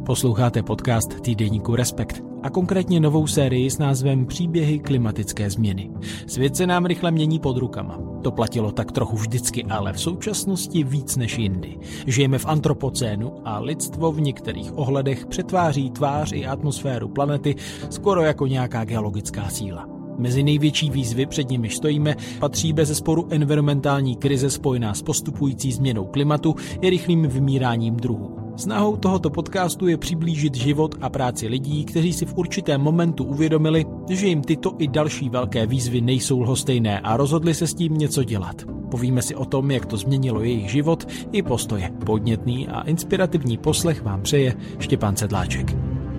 Posloucháte podcast týdeníku Respekt a konkrétně novou sérii s názvem Příběhy klimatické změny. Svět se nám rychle mění pod rukama. To platilo tak trochu vždycky, ale v současnosti víc než jindy. Žijeme v antropocénu a lidstvo v některých ohledech přetváří tvář i atmosféru planety skoro jako nějaká geologická síla. Mezi největší výzvy, před nimiž stojíme, patří bezesporu environmentální krize spojená s postupující změnou klimatu i rychlým vymíráním druhů. Snahou tohoto podcastu je přiblížit život a práci lidí, kteří si v určitém momentu uvědomili, že jim tyto i další velké výzvy nejsou lhostejné a rozhodli se s tím něco dělat. Povíme si o tom, jak to změnilo jejich život i postoje. Podnětný a inspirativní poslech vám přeje Štěpán Sedláček.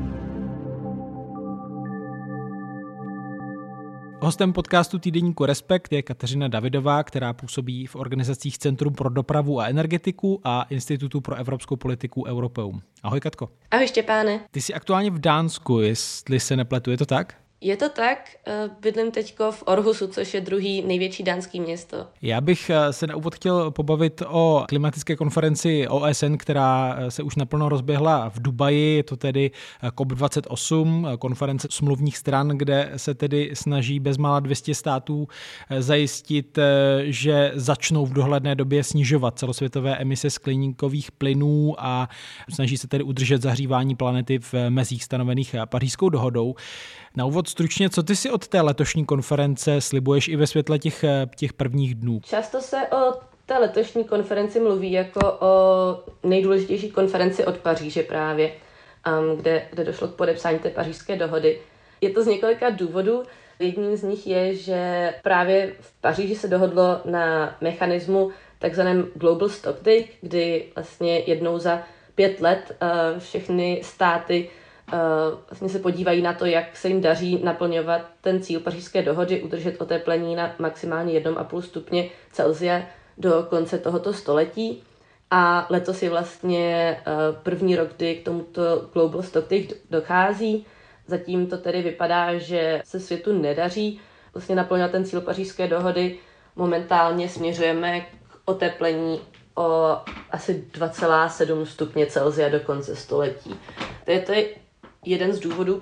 Hostem podcastu týdeníku Respekt je Kateřina Davidová, která působí v organizacích Centrum pro dopravu a energetiku a Institutu pro evropskou politiku Europeum. Ahoj Katko. Ahoj Štěpáne. Ty jsi aktuálně v Dánsku, jestli se nepletu, je to tak? Je to tak, bydlím teďko v Orhusu, což je druhý největší dánský město. Já bych se na úvod chtěl pobavit o klimatické konferenci OSN, která se už naplno rozběhla v Dubaji, je to tedy COP28, konference smluvních stran, kde se tedy snaží bezmála 200 států zajistit, že začnou v dohledné době snižovat celosvětové emise skleníkových plynů a snaží se tedy udržet zahřívání planety v mezích stanovených Pařížskou dohodou. Na úvod stručně, co ty si od té letošní konference slibuješ i ve světle těch prvních dnů? Často se o té letošní konferenci mluví jako o nejdůležitější konferenci od Paříže právě, kde došlo k podepsání té Pařížské dohody. Je to z několika důvodů. Jedním z nich je, že právě v Paříži se dohodlo na mechanismu takzvaném Global Stocktake, kdy vlastně jednou za 5 let všechny státy vlastně se podívají na to, jak se jim daří naplňovat ten cíl Pařížské dohody, udržet oteplení na maximálně 1,5 stupně Celsia do konce tohoto století. A letos je vlastně první rok, kdy k tomuto Global Stocktake dochází. Zatím to tedy vypadá, že se světu nedaří vlastně naplňovat ten cíl Pařížské dohody. Momentálně směřujeme k oteplení o asi 2,7 stupně Celsia do konce století. To je jeden z důvodů,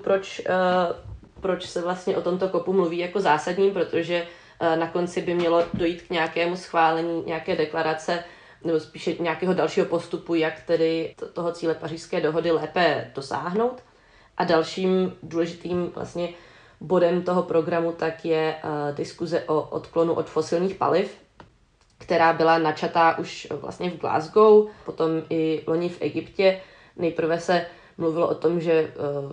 proč se vlastně o tomto kopu mluví jako zásadním, protože na konci by mělo dojít k nějakému schválení nějaké deklarace nebo spíše nějakého dalšího postupu, jak tedy toho cíle Pařížské dohody lépe dosáhnout. A dalším důležitým vlastně bodem toho programu tak je diskuze o odklonu od fosilních paliv, která byla načatá už vlastně v Glasgow, potom i loni v Egyptě. Nejprve se mluvilo o tom, že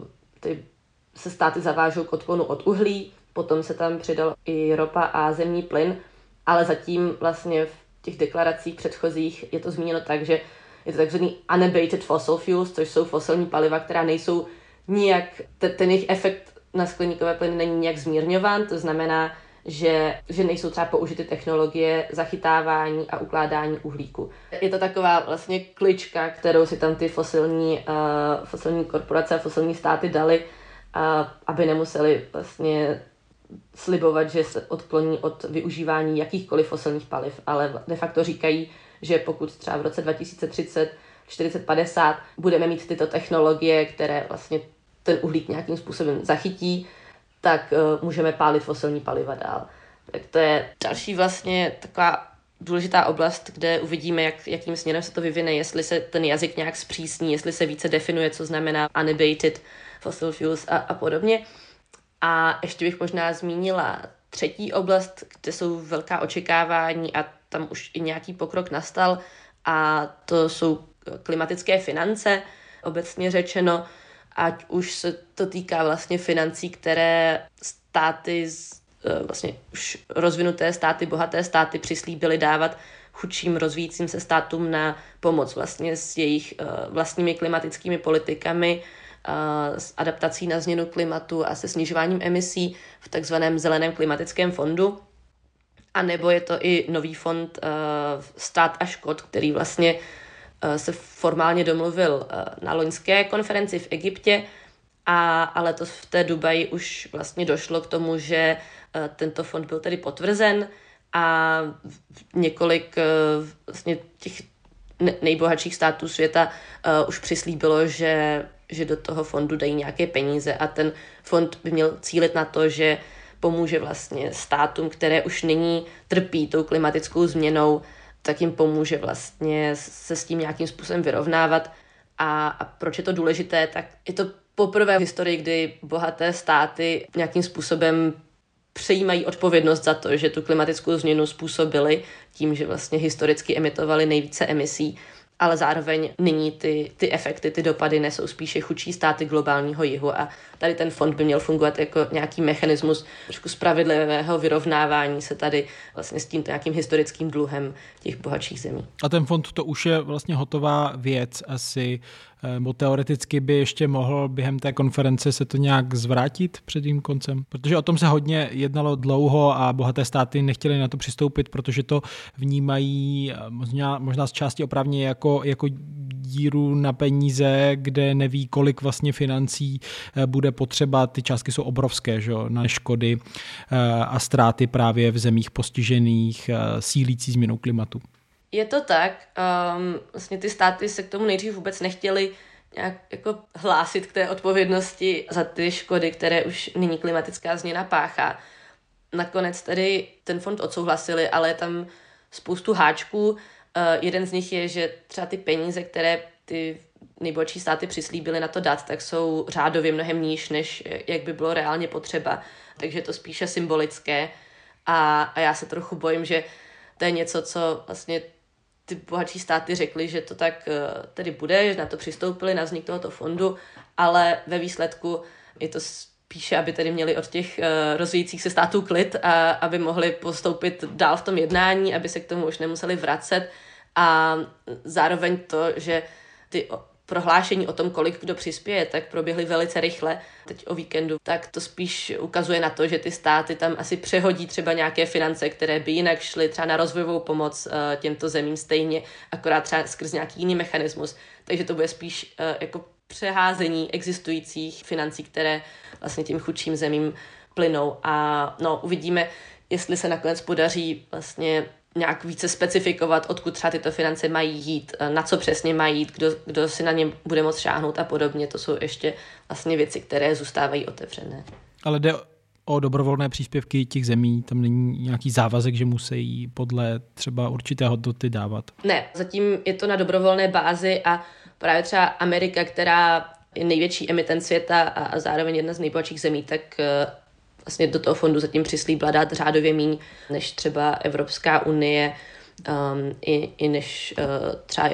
se státy zavážou k odklonu od uhlí, potom se tam přidal i ropa a zemní plyn, ale zatím vlastně v těch deklaracích předchozích je to zmíněno tak, že je to takzvaný unabated fossil fuels, což jsou fosilní paliva, která nejsou nijak, ten jejich efekt na skleníkové plyny není nijak zmírňován, to znamená, že nejsou třeba použity technologie zachytávání a ukládání uhlíku. Je to taková vlastně klička, kterou si tam ty fosilní korporace a fosilní státy dali, aby nemuseli vlastně slibovat, že se odkloní od využívání jakýchkoliv fosilních paliv, ale de facto říkají, že pokud třeba v roce 2030, 40, 50 budeme mít tyto technologie, které vlastně ten uhlík nějakým způsobem zachytí, tak můžeme pálit fosilní paliva dál. Tak to je další vlastně taková důležitá oblast, kde uvidíme, jakým směrem se to vyvine, jestli se ten jazyk nějak zpřísní, jestli se více definuje, co znamená unabated fossil fuels a podobně. A ještě bych možná zmínila třetí oblast, kde jsou velká očekávání a tam už i nějaký pokrok nastal, a to jsou klimatické finance, obecně řečeno, ať už se to týká vlastně financí, které státy, vlastně už rozvinuté státy, bohaté státy přislíbily dávat chudším rozvíjícím se státům na pomoc vlastně s jejich vlastními klimatickými politikami, s adaptací na změnu klimatu a se snižováním emisí v takzvaném zeleném klimatickém fondu. A nebo je to i nový fond Stát a škod, který vlastně se formálně domluvil na loňské konferenci v Egyptě, a letos v té Dubaji už vlastně došlo k tomu, že tento fond byl tedy potvrzen a několik vlastně těch nejbohatších států světa už přislíbilo, že že do toho fondu dají nějaké peníze a ten fond by měl cílit na to, že pomůže vlastně státům, které už nyní trpí tou klimatickou změnou, tak jim pomůže vlastně se s tím nějakým způsobem vyrovnávat. A proč je to důležité? Tak je to poprvé v historii, kdy bohaté státy nějakým způsobem přejímají odpovědnost za to, že tu klimatickou změnu způsobili tím, že vlastně historicky emitovali nejvíce emisí, ale zároveň nyní ty efekty, ty dopady nesou spíše chudší státy globálního jihu a tady ten fond by měl fungovat jako nějaký mechanismus trošku spravedlivého vyrovnávání se tady vlastně s tím nějakým historickým dluhem těch bohatších zemí. A ten fond to už je vlastně hotová věc asi, bo teoreticky by ještě mohl během té konference se to nějak zvrátit před tím koncem, protože o tom se hodně jednalo dlouho a bohaté státy nechtěly na to přistoupit, protože to vnímají možná z části oprávně jako díru na peníze, kde neví, kolik vlastně financí bude potřeba. Ty částky jsou obrovské, že? Na škody a ztráty právě v zemích postižených sílící změnou klimatu. Je to tak. Vlastně ty státy se k tomu nejdřív vůbec nechtěly nějak jako hlásit k té odpovědnosti za ty škody, které už nyní klimatická změna páchá. Nakonec tedy ten fond odsouhlasili, ale je tam spoustu háčků. Jeden z nich je, že třeba ty peníze, které ty nejbohatší státy přislíbily na to dát, tak jsou řádově mnohem níž, než jak by bylo reálně potřeba. Takže je to spíše symbolické. A já se trochu bojím, že to je něco, co vlastně ty bohatší státy řekly, že to tak tedy bude, že na to přistoupili, na vznik tohoto fondu, ale ve výsledku je to spíše, aby tedy měli od těch rozvíjících se států klid a aby mohli postoupit dál v tom jednání, aby se k tomu už nemuseli vracet a zároveň to, že ty prohlášení o tom, kolik kdo přispěje, tak proběhly velice rychle, teď o víkendu, tak to spíš ukazuje na to, že ty státy tam asi přehodí třeba nějaké finance, které by jinak šly třeba na rozvojovou pomoc těmto zemím stejně, akorát třeba skrz nějaký jiný mechanismus. Takže to bude spíš jako přeházení existujících financí, které vlastně tím chudším zemím plynou. A uvidíme, jestli se nakonec podaří vlastně nějak více specifikovat, odkud třeba tyto finance mají jít, na co přesně mají jít, kdo si na ně bude moct šáhnout a podobně. To jsou ještě vlastně věci, které zůstávají otevřené. Ale jde o dobrovolné příspěvky těch zemí, tam není nějaký závazek, že musí podle třeba určité hodnoty dávat? Ne, zatím je to na dobrovolné bázi a právě třeba Amerika, která je největší emitent světa a zároveň jedna z nejbohatších zemí, tak vlastně do toho fondu zatím přislíbila dát řádově míň než třeba Evropská unie i než třeba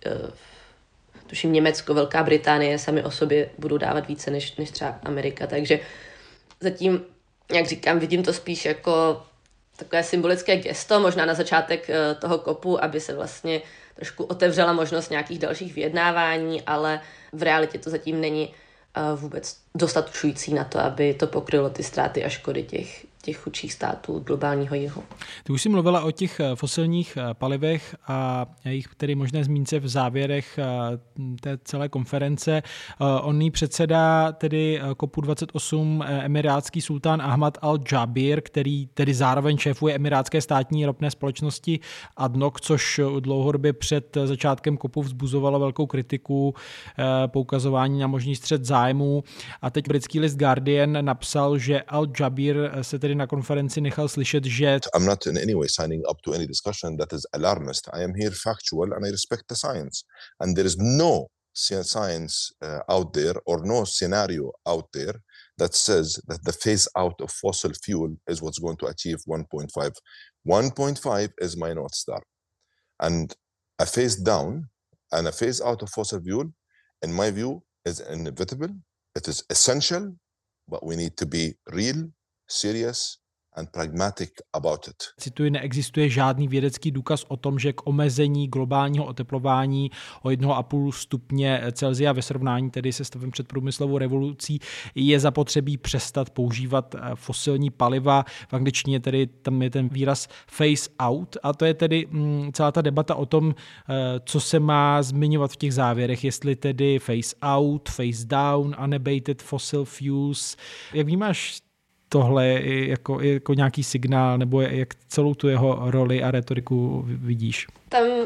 tuším Německo, Velká Británie sami o sobě budou dávat více než třeba Amerika. Takže zatím, jak říkám, vidím to spíš jako takové symbolické gesto, možná na začátek toho kopu, aby se vlastně trošku otevřela možnost nějakých dalších vyjednávání, ale v realitě to zatím není vůbec dostačující na to, aby to pokrylo ty ztráty a škody těch chudších států globálního jihu. Ty už jsi mluvila o těch fosilních palivech a jejich tedy možné zmínce v závěrech té celé konference. Onný předseda tedy COPu 28 emirátský sultán Ahmad al-Jabir, který tedy zároveň šéfuje emirátské státní ropné společnosti ADNOC, což dlouhodobě před začátkem COPu vzbuzovalo velkou kritiku, poukazování na možný střet zájmů. A teď britský list Guardian napsal, že al-Jabir se tedy na konferenci nechal slyšet, že I'm not in any way signing up to any discussion that is alarmist. I am here factual and I respect the science. And there is no science out there or no scenario out there that says that the phase out of fossil fuel is what's going to achieve 1.5. 1.5 is my North Star. And a phase down and a phase out of fossil fuel, in my view, is inevitable. It is essential, but we need to be real, serious and pragmatic about it. Cituji, neexistuje žádný vědecký důkaz o tom, že k omezení globálního oteplování o 1,5 stupně Celsia ve srovnání tedy se stavem před průmyslovou revolucí je zapotřebí přestat používat fosilní paliva. V angličtině tedy tam je ten výraz phase out a to je tedy celá ta debata o tom, co se má zmiňovat v těch závěrech, jestli tedy phase out, phase down, unabated fossil fuels. Jak vnímáš tohle jako nějaký signál, nebo jak celou tu jeho roli a retoriku vidíš? Tam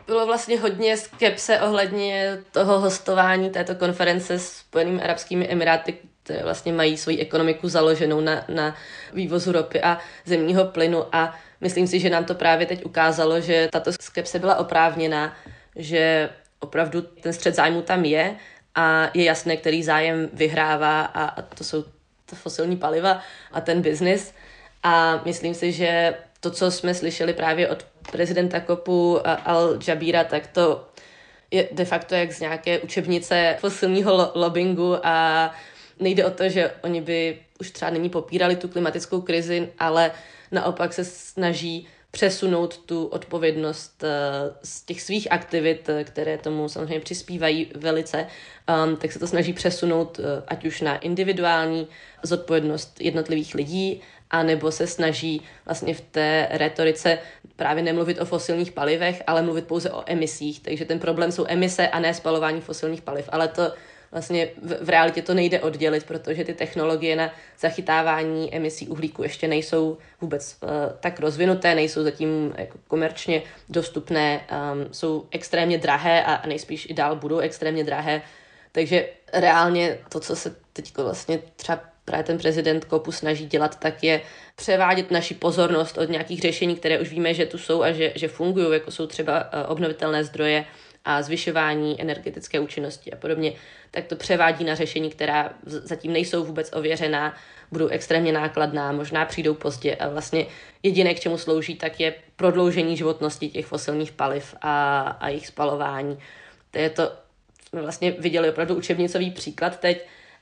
Bylo vlastně hodně skepse ohledně toho hostování této konference s Spojenými arabskými emiráty, které vlastně mají svoji ekonomiku založenou na vývozu ropy a zemního plynu, a myslím si, že nám to právě teď ukázalo, že tato skepse byla oprávněná, že opravdu ten střet zájmu tam je a je jasné, který zájem vyhrává, a to jsou to fosilní paliva a ten biznis. A myslím si, že to, co jsme slyšeli právě od prezidenta COPu Al-Jabira, tak to je de facto jak z nějaké učebnice fosilního lobbingu, a nejde o to, že oni by už třeba nyní popírali tu klimatickou krizi, ale naopak se snaží přesunout tu odpovědnost z těch svých aktivit, které tomu samozřejmě přispívají velice, tak se to snaží přesunout ať už na individuální zodpovědnost jednotlivých lidí, anebo se snaží vlastně v té retorice právě nemluvit o fosilních palivech, ale mluvit pouze o emisích. Takže ten problém jsou emise a ne spalování fosilních paliv. Ale to vlastně v realitě to nejde oddělit, protože ty technologie na zachytávání emisí uhlíku ještě nejsou vůbec tak rozvinuté, nejsou zatím jako komerčně dostupné, jsou extrémně drahé a nejspíš i dál budou extrémně drahé. Takže reálně to, co se teď vlastně třeba právě ten prezident COPu snaží dělat, tak je převádět naši pozornost od nějakých řešení, které už víme, že tu jsou a že fungují, jako jsou třeba obnovitelné zdroje a zvyšování energetické účinnosti a podobně, tak to převádí na řešení, která zatím nejsou vůbec ověřená, budou extrémně nákladná, možná přijdou pozdě, a vlastně jediné, k čemu slouží, tak je prodloužení životnosti těch fosilních paliv a jejich spalování. To jsme vlastně viděli opravdu učebnicový příklad teď,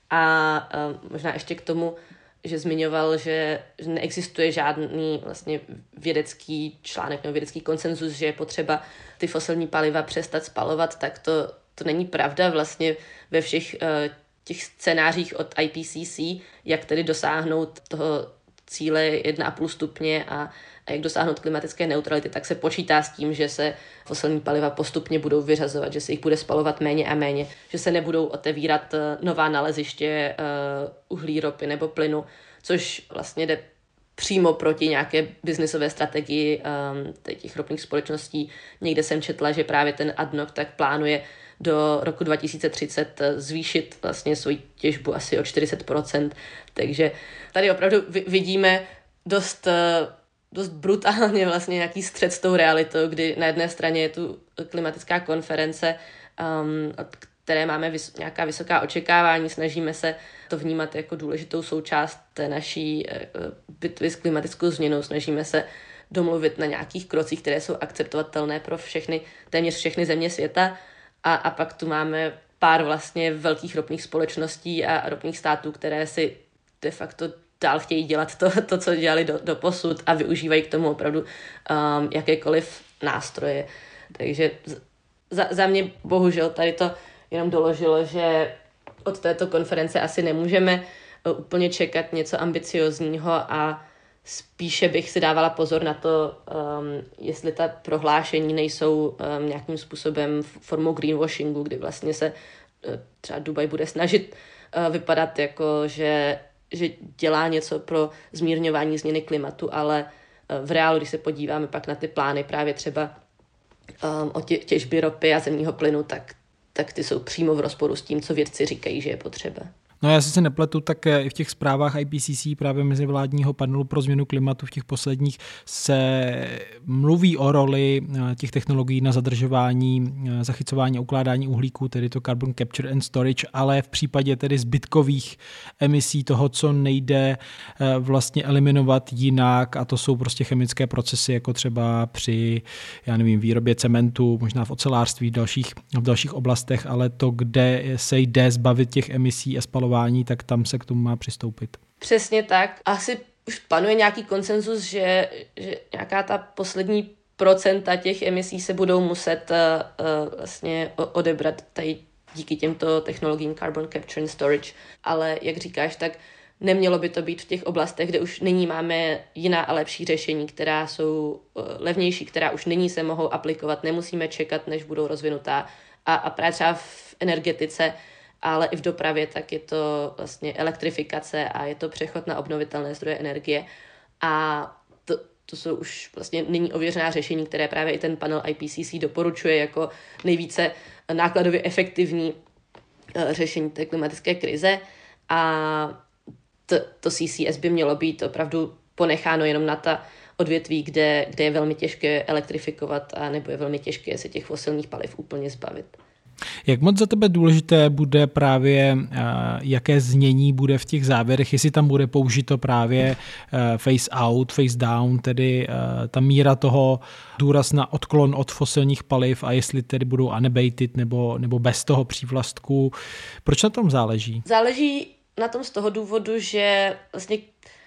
a možná ještě k tomu, že zmiňoval, že neexistuje žádný vlastně vědecký článek nebo vědecký konsenzus, že je potřeba ty fosilní paliva přestat spalovat, tak to není pravda. Vlastně ve všech těch scénářích od IPCC, jak tedy dosáhnout toho cíle 1,5 stupně a jak dosáhnout klimatické neutrality, tak se počítá s tím, že se fosilní paliva postupně budou vyřazovat, že se jich bude spalovat méně a méně, že se nebudou otevírat nová naleziště uhlí, ropy nebo plynu, což vlastně jde přímo proti nějaké biznisové strategii těch ropných společností. Někde jsem četla, že právě ten ADNOC tak plánuje do roku 2030 zvýšit vlastně svoji těžbu asi o 40%. Takže tady opravdu vidíme dost brutálně vlastně nějaký střet s tou realitou, kdy na jedné straně je tu klimatická konference, od které máme nějaká vysoká očekávání, snažíme se to vnímat jako důležitou součást té naší bitvy s klimatickou změnou, snažíme se domluvit na nějakých krocích, které jsou akceptovatelné pro téměř všechny země světa, a pak tu máme pár vlastně velkých ropných společností a ropných států, které si de facto dál chtějí dělat to co dělali do posud, a využívají k tomu opravdu jakékoliv nástroje. Takže za mě bohužel tady to jenom doložilo, že od této konference asi nemůžeme úplně čekat něco ambiciozního, a spíše bych si dávala pozor na to, jestli ta prohlášení nejsou nějakým způsobem formou greenwashingu, kdy vlastně se třeba Dubaj bude snažit vypadat jako, že dělá něco pro zmírňování změny klimatu, ale v reálu, když se podíváme pak na ty plány právě třeba o těžbě ropy a zemního plynu, tak ty jsou přímo v rozporu s tím, co vědci říkají, že je potřeba. No já si nepletu, tak i v těch zprávách IPCC, právě mezivládního panelu pro změnu klimatu v těch posledních, se mluví o roli těch technologií na zadržování, zachycování a ukládání uhlíku, tedy to carbon capture and storage, ale v případě tedy zbytkových emisí toho, co nejde vlastně eliminovat jinak, a to jsou prostě chemické procesy, jako třeba při, výrobě cementu, možná v ocelářství, v dalších oblastech, ale to, kde se jde zbavit těch emisí a spalování, tak tam se k tomu má přistoupit. Přesně tak. Asi už panuje nějaký konsenzus, že nějaká ta poslední procenta těch emisí se budou muset vlastně odebrat tady díky těmto technologiím carbon capture and storage. Ale jak říkáš, tak nemělo by to být v těch oblastech, kde už nyní máme jiná a lepší řešení, která jsou levnější, která už nyní se mohou aplikovat, nemusíme čekat, než budou rozvinutá. A právě třeba v energetice, ale i v dopravě, tak je to vlastně elektrifikace a je to přechod na obnovitelné zdroje energie. A to jsou už vlastně nyní ověřená řešení, které právě i ten panel IPCC doporučuje jako nejvíce nákladově efektivní řešení té klimatické krize. A to CCS by mělo být opravdu ponecháno jenom na ta odvětví, kde je velmi těžké elektrifikovat a nebo je velmi těžké se těch fosilních paliv úplně zbavit. Jak moc za tebe důležité bude právě, jaké znění bude v těch závěrech, jestli tam bude použito právě phase out, phase down, tedy ta míra toho důraz na odklon od fosilních paliv a jestli tedy budou unabated nebo bez toho přívlastku. Proč na tom záleží? Záleží na tom z toho důvodu, že vlastně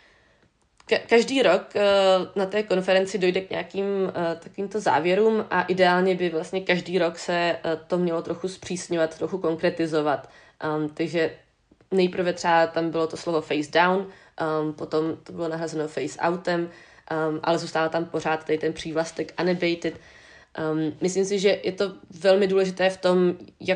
každý rok na té konferenci dojde k nějakým takovýmto závěrům a ideálně by vlastně každý rok se to mělo trochu zpřísňovat, trochu konkretizovat. Takže nejprve třeba tam bylo to slovo face down, potom to bylo nahrazeno face outem, ale zůstává tam pořád tady ten přívlastek unabated. Myslím si, že je to velmi důležité v tom,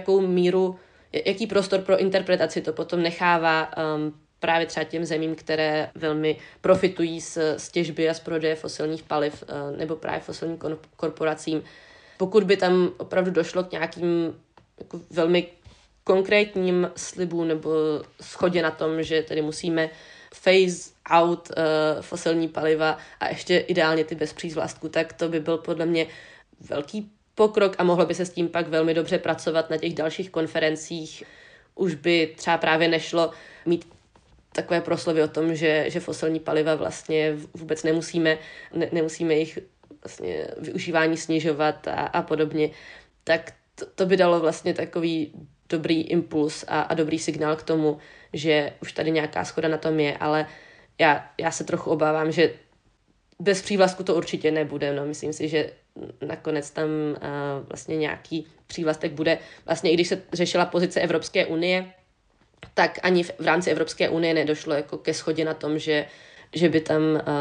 jaký prostor pro interpretaci to potom nechává právě třeba těm zemím, které velmi profitují z těžby a z prodeje fosilních paliv nebo právě fosilním korporacím. Pokud by tam opravdu došlo k nějakým jako velmi konkrétním slibům nebo shodě na tom, že tedy musíme phase out fosilní paliva a ještě ideálně ty bez přívlastku, tak to by byl podle mě velký pokrok a mohlo by se s tím pak velmi dobře pracovat na těch dalších konferencích. Už by třeba právě nešlo mít takové proslovy o tom, že fosilní paliva vlastně vůbec nemusíme jejich vlastně využívání snižovat a podobně, tak to by dalo vlastně takový dobrý impuls a dobrý signál k tomu, že už tady nějaká shoda na tom je, ale já se trochu obávám, že bez přívlastku to určitě nebude. No, myslím si, že nakonec tam vlastně nějaký přívlastek bude. Vlastně i když se řešila pozice Evropské unie, tak ani v rámci Evropské unie nedošlo jako ke shodě na tom, že by tam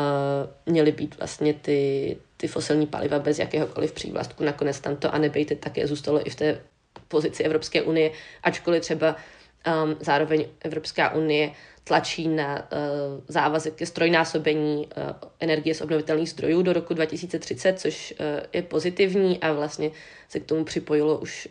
měly být vlastně ty fosilní paliva bez jakéhokoliv přívlastku. Nakonec tam to unabated také zůstalo i v té pozici Evropské unie, ačkoliv třeba zároveň Evropská unie tlačí na závazek ke ztrojnásobení energie z obnovitelných zdrojů do roku 2030, což je pozitivní a vlastně se k tomu připojilo už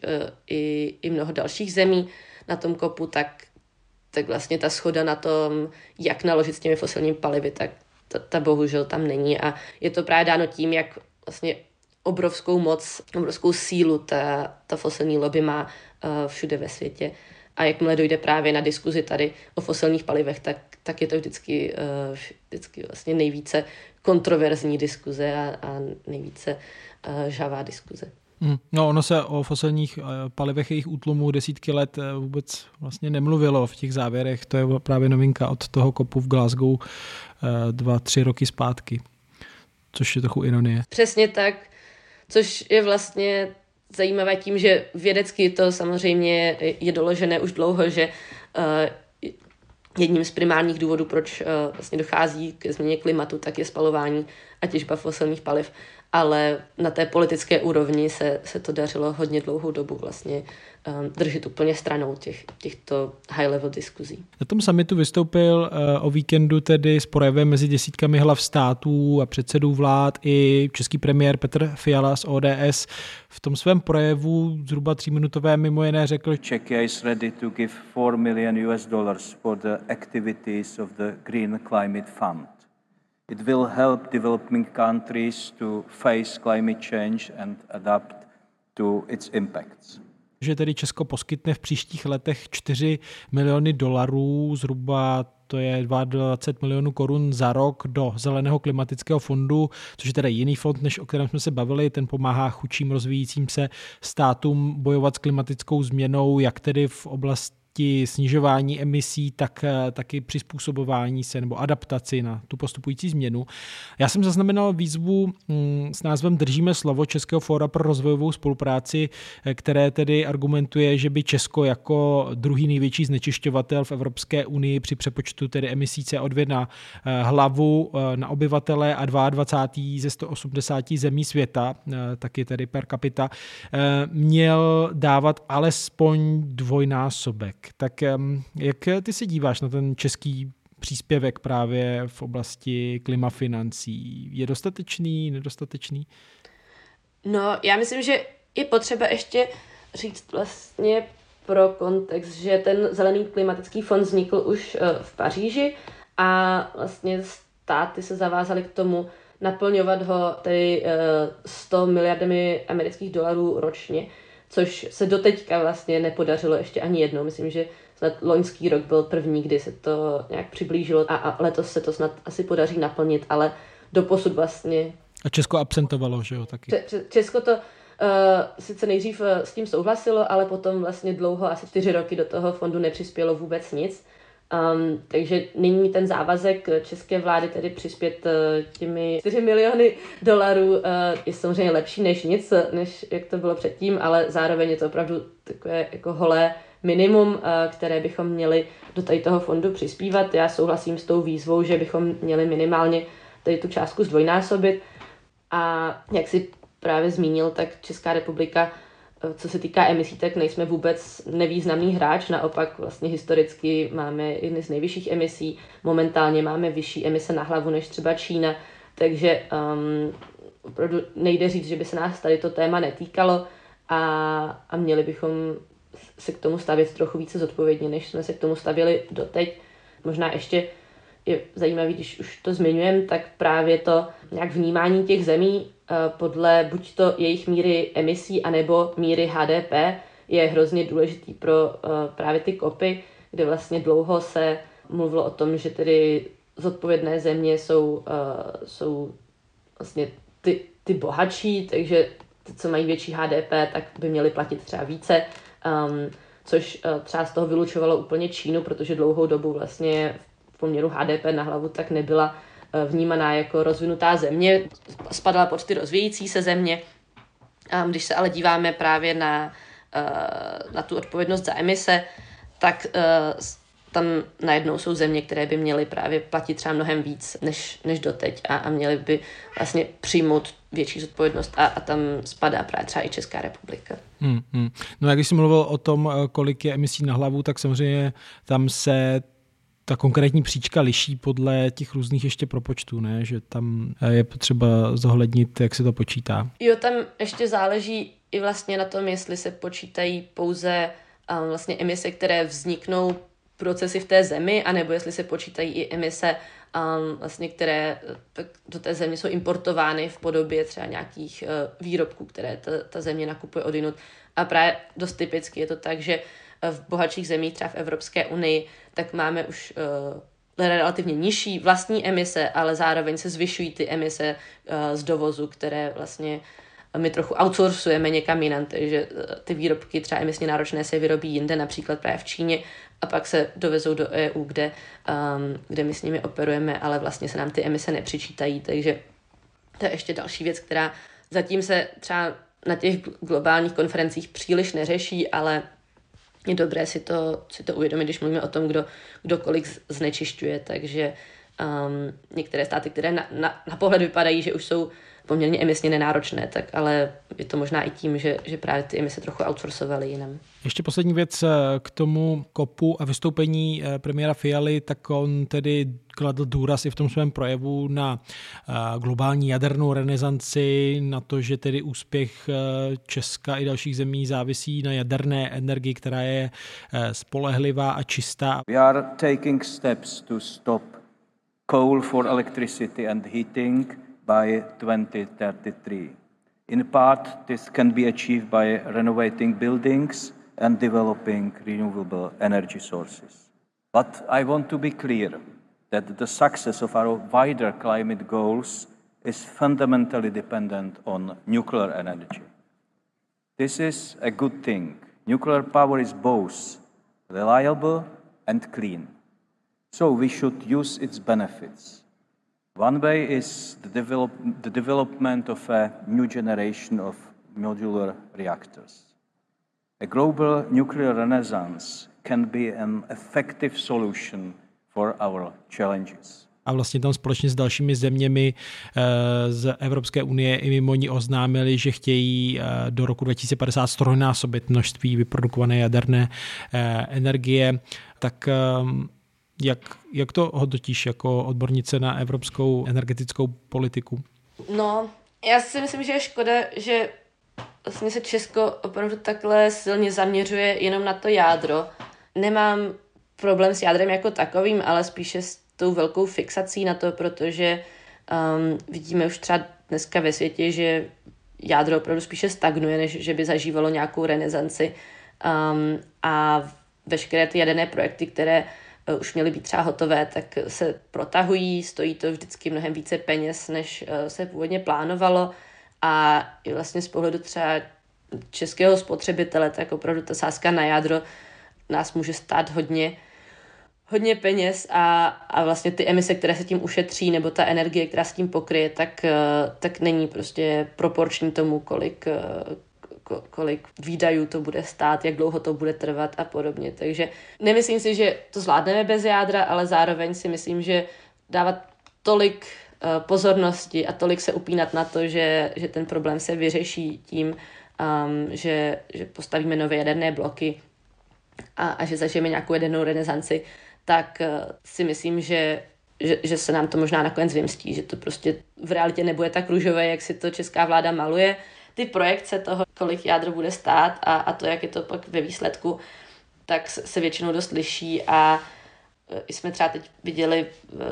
i mnoho dalších zemí na tom kopu, tak vlastně ta shoda na tom, jak naložit s těmi fosilními palivy, tak ta bohužel tam není a je to právě dáno tím, jak vlastně obrovskou moc, obrovskou sílu ta fosilní lobby má všude ve světě. A jakmile dojde právě na diskuzi tady o fosilních palivech, tak je to vždycky vlastně nejvíce kontroverzní diskuze a nejvíce žhavá diskuze. No, ono se o fosilních palivech jejich útlumu desítky let vůbec vlastně nemluvilo v těch závěrech. To je právě novinka od toho kopu v Glasgow 2-3 roky zpátky, což je trochu ironie. Přesně tak, což je vlastně zajímavé tím, že vědecky to samozřejmě je doložené už dlouho, že jedním z primárních důvodů, proč vlastně dochází ke změně klimatu, tak je spalování a těžba fosilních paliv. Ale na té politické úrovni se to dařilo hodně dlouhou dobu vlastně držet úplně stranou těchto high-level diskuzí. Na tom summitu vystoupil o víkendu tedy s projevem mezi desítkami hlav států a předsedů vlád i český premiér Petr Fiala z ODS. V tom svém projevu zhruba 3minutovém mimo jiné řekl: Czechia is ready to give $4 million for the activities of the Green Climate Fund. It will help developing countries to face climate change and adapt to its impacts. Že tedy Česko poskytne v příštích letech $4 miliony, zhruba to je 22 milionů korun za rok do Zeleného klimatického fondu, což je tedy jiný fond, než o kterém jsme se bavili. Ten pomáhá chudším rozvíjícím se státům bojovat s klimatickou změnou, jak tedy v oblasti snižování emisí, tak taky přizpůsobování se nebo adaptaci na tu postupující změnu. Já jsem zaznamenal výzvu s názvem Držíme slovo Českého fóra pro rozvojovou spolupráci, které tedy argumentuje, že by Česko jako druhý největší znečišťovatel v Evropské unii při přepočtu tedy emisí CO2 na hlavu na obyvatele a 22. ze 180 zemí světa, taky tedy per capita, měl dávat alespoň dvojnásobek. Tak jak ty se díváš na ten český příspěvek právě v oblasti klimafinancí je dostatečný, nedostatečný? No, já myslím, že je potřeba ještě říct vlastně pro kontext, že ten Zelený klimatický fond vznikl už v Paříži a vlastně státy se zavázaly k tomu naplňovat ho tedy 100 miliardami amerických dolarů ročně, což se doteďka vlastně nepodařilo ještě ani jednou. Myslím, že snad loňský rok byl první, kdy se to nějak přiblížilo a letos se to snad asi podaří naplnit, ale doposud vlastně... A Česko absentovalo, že jo, taky? Česko to sice nejdřív s tím souhlasilo, ale potom vlastně dlouho, asi 4 roky do toho fondu nepřispělo vůbec nic. Takže nyní ten závazek české vlády tedy přispět těmi 4 miliony dolarů je samozřejmě lepší než nic, než jak to bylo předtím, ale zároveň je to opravdu takové jako holé minimum, které bychom měli do tady toho fondu přispívat. Já souhlasím s tou výzvou, že bychom měli minimálně tady tu částku zdvojnásobit a jak si právě zmínil, tak Česká republika, co se týká emisí, tak nejsme vůbec nevýznamný hráč, naopak vlastně historicky máme jedny z nejvyšších emisí, momentálně máme vyšší emise na hlavu než třeba Čína, takže opravdu nejde říct, že by se nás tady to téma netýkalo a měli bychom se k tomu stavět trochu více zodpovědně, než jsme se k tomu stavěli doteď. Možná ještě je zajímavý, když už to zmiňujeme, tak právě to nějak vnímání těch zemí podle buď to jejich míry emisí, anebo míry HDP je hrozně důležitý pro právě ty COPy, kde vlastně dlouho se mluvilo o tom, že tedy zodpovědné země jsou vlastně ty bohatší, takže ty, co mají větší HDP, tak by měly platit třeba více, což třeba z toho vylučovalo úplně Čínu, protože dlouhou dobu vlastně v poměru HDP na hlavu tak nebyla vnímaná jako rozvinutá země, spadala pod ty rozvíjející se země. Když se ale díváme právě na tu odpovědnost za emise, tak tam najednou jsou země, které by měly právě platit třeba mnohem víc než doteď a měly by vlastně přijmout větší zodpovědnost a tam spadá právě třeba i Česká republika. No a když jsi mluvil o tom, kolik je emisí na hlavu, tak samozřejmě tam se ta konkrétní příčka liší podle těch různých ještě propočtů, ne? Že tam je potřeba zohlednit, jak se to počítá. Jo, tam ještě záleží i vlastně na tom, jestli se počítají pouze vlastně emise, které vzniknou procesy v té zemi, anebo jestli se počítají i emise, vlastně, které do té země jsou importovány v podobě třeba nějakých výrobků, které ta země nakupuje odjinud. A právě dost typicky je to tak, že v bohatších zemích, třeba v Evropské unii, tak máme už relativně nižší vlastní emise, ale zároveň se zvyšují ty emise z dovozu, které vlastně my trochu outsourcujeme někam jinam, takže ty výrobky třeba emisně náročné se vyrobí jinde, například právě v Číně, a pak se dovezou do EU, kde my s nimi operujeme, ale vlastně se nám ty emise nepřičítají, takže to je ještě další věc, která zatím se třeba na těch globálních konferencích příliš neřeší, ale je dobré si to uvědomit, když mluvíme o tom, kdo kolik znečišťuje, takže některé státy, které na pohled vypadají, že už jsou poměrně emisně nenáročné, tak ale je to možná i tím, že právě ty emise trochu outsourcovaly jinam. Ještě poslední věc k tomu COPu a vystoupení premiéra Fialy, tak on tedy kladl důraz i v tom svém projevu na globální jadernou renesanci, na to, že tedy úspěch Česka i dalších zemí závisí na jaderné energii, která je spolehlivá a čistá. We are taking steps to stop coal for electricity and heating by 2033. In part, this can be achieved by renovating buildings and developing renewable energy sources. But I want to be clear that the success of our wider climate goals is fundamentally dependent on nuclear energy. This is a good thing. Nuclear power is both reliable and clean, so we should use its benefits. One way is the development of a new generation of modular reactors. A global nuclear renaissance can be an effective solution for our challenges. A vlastně tam společně s dalšími zeměmi z Evropské unie i mimo ní oznámili, že chtějí do roku 2050 strojnásobit množství vyprodukované jaderné energie. Tak Jak to hodnotíš jako odbornice na evropskou energetickou politiku? No, já si myslím, že je škoda, že vlastně se Česko opravdu takhle silně zaměřuje jenom na to jádro. Nemám problém s jádrem jako takovým, ale spíše s tou velkou fixací na to, protože vidíme už třeba dneska ve světě, že jádro opravdu spíše stagnuje, než že by zažívalo nějakou renesanci. A veškeré ty jaderné projekty, které už měly být třeba hotové, tak se protahují, stojí to vždycky mnohem více peněz, než se původně plánovalo. A i vlastně z pohledu třeba českého spotřebitele, tak opravdu ta sázka na jádro nás může stát hodně peněz a vlastně ty emise, které se tím ušetří, nebo ta energie, která se tím pokryje, tak není prostě proporční tomu, kolik výdajů to bude stát, jak dlouho to bude trvat a podobně. Takže nemyslím si, že to zvládneme bez jádra, ale zároveň si myslím, že dávat tolik pozornosti a tolik se upínat na to, že ten problém se vyřeší tím, že postavíme nové jaderné bloky a že zažijeme nějakou jadernou renesanci, tak si myslím, že se nám to možná nakonec vymstí, že to prostě v realitě nebude tak růžové, jak si to česká vláda maluje. Ty projekce toho, kolik jádro bude stát a to, jak je to pak ve výsledku, tak se většinou dost liší a jsme třeba teď viděli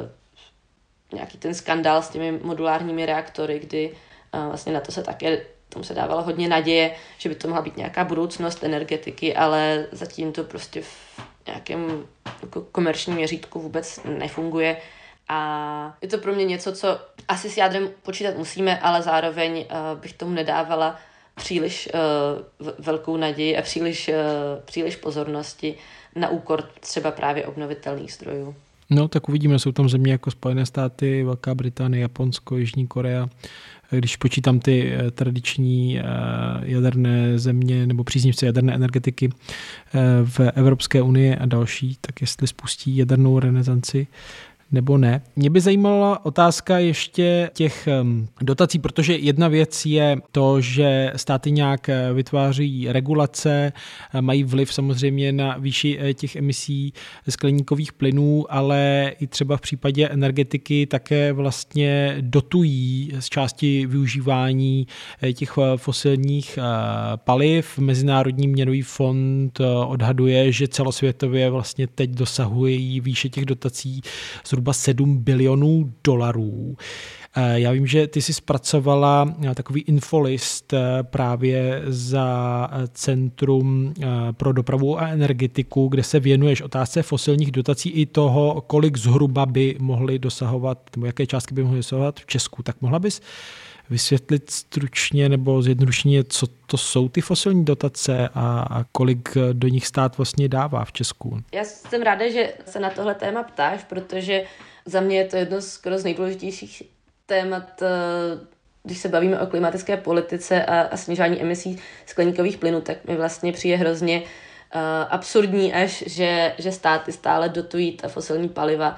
nějaký ten skandál s těmi modulárními reaktory, kdy vlastně na to se také, tomu se dávalo hodně naděje, že by to mohla být nějaká budoucnost energetiky, ale zatím to prostě v nějakém jako komerčním měřítku vůbec nefunguje. A je to pro mě něco, co asi s jádrem počítat musíme, ale zároveň bych tomu nedávala příliš velkou naději a příliš pozornosti na úkor třeba právě obnovitelných zdrojů. No, tak uvidíme, jsou tam země jako Spojené státy, Velká Británie, Japonsko, Jižní Korea. Když počítám ty tradiční jaderné země nebo příznivci jaderné energetiky v Evropské unii a další, tak jestli spustí jadernou renesanci nebo ne. Mě by zajímala otázka ještě těch dotací, protože jedna věc je to, že státy nějak vytváří regulace, mají vliv samozřejmě na výši těch emisí skleníkových plynů, ale i třeba v případě energetiky také vlastně dotují z části využívání těch fosilních paliv. Mezinárodní měnový fond odhaduje, že celosvětově vlastně teď dosahují výše těch dotací zhruba 7 bilionů dolarů. Já vím, že ty jsi zpracovala takový infolist právě za Centrum pro dopravu a energetiku, kde se věnuješ otázce fosilních dotací i toho, kolik zhruba by mohly dosahovat, nebo jaké částky by mohly dosahovat v Česku. Tak mohla bys vysvětlit stručně nebo zjednodušeně, co to jsou ty fosilní dotace a kolik do nich stát vlastně dává v Česku? Já jsem ráda, že se na tohle téma ptáš, protože za mě je to jedno skoro z nejdůležitějších témat, když se bavíme o klimatické politice a snižování emisí skleníkových plynů, tak mi vlastně přijde hrozně absurdní až, že státy stále dotují ta fosilní paliva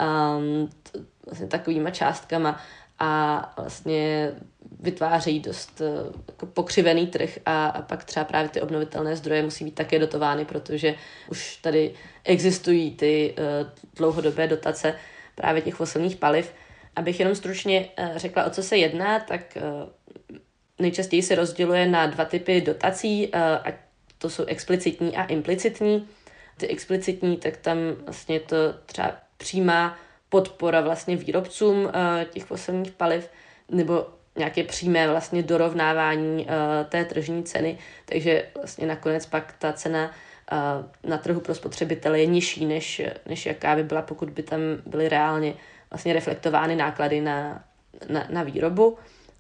vlastně takovýma částkama a vlastně vytvářejí dost jako pokřivený trh a pak třeba právě ty obnovitelné zdroje musí být také dotovány, protože už tady existují ty dlouhodobé dotace právě těch fosilních paliv. Abych jenom stručně řekla, o co se jedná, tak nejčastěji se rozděluje na 2 typy dotací, a to jsou explicitní a implicitní. Ty explicitní, tak tam vlastně to třeba přímá podpora vlastně výrobcům těch fosilních paliv nebo nějaké přímé vlastně dorovnávání té tržní ceny, takže vlastně nakonec pak ta cena na trhu pro spotřebitele je nižší, než jaká by byla, pokud by tam byly reálně vlastně reflektovány náklady na výrobu.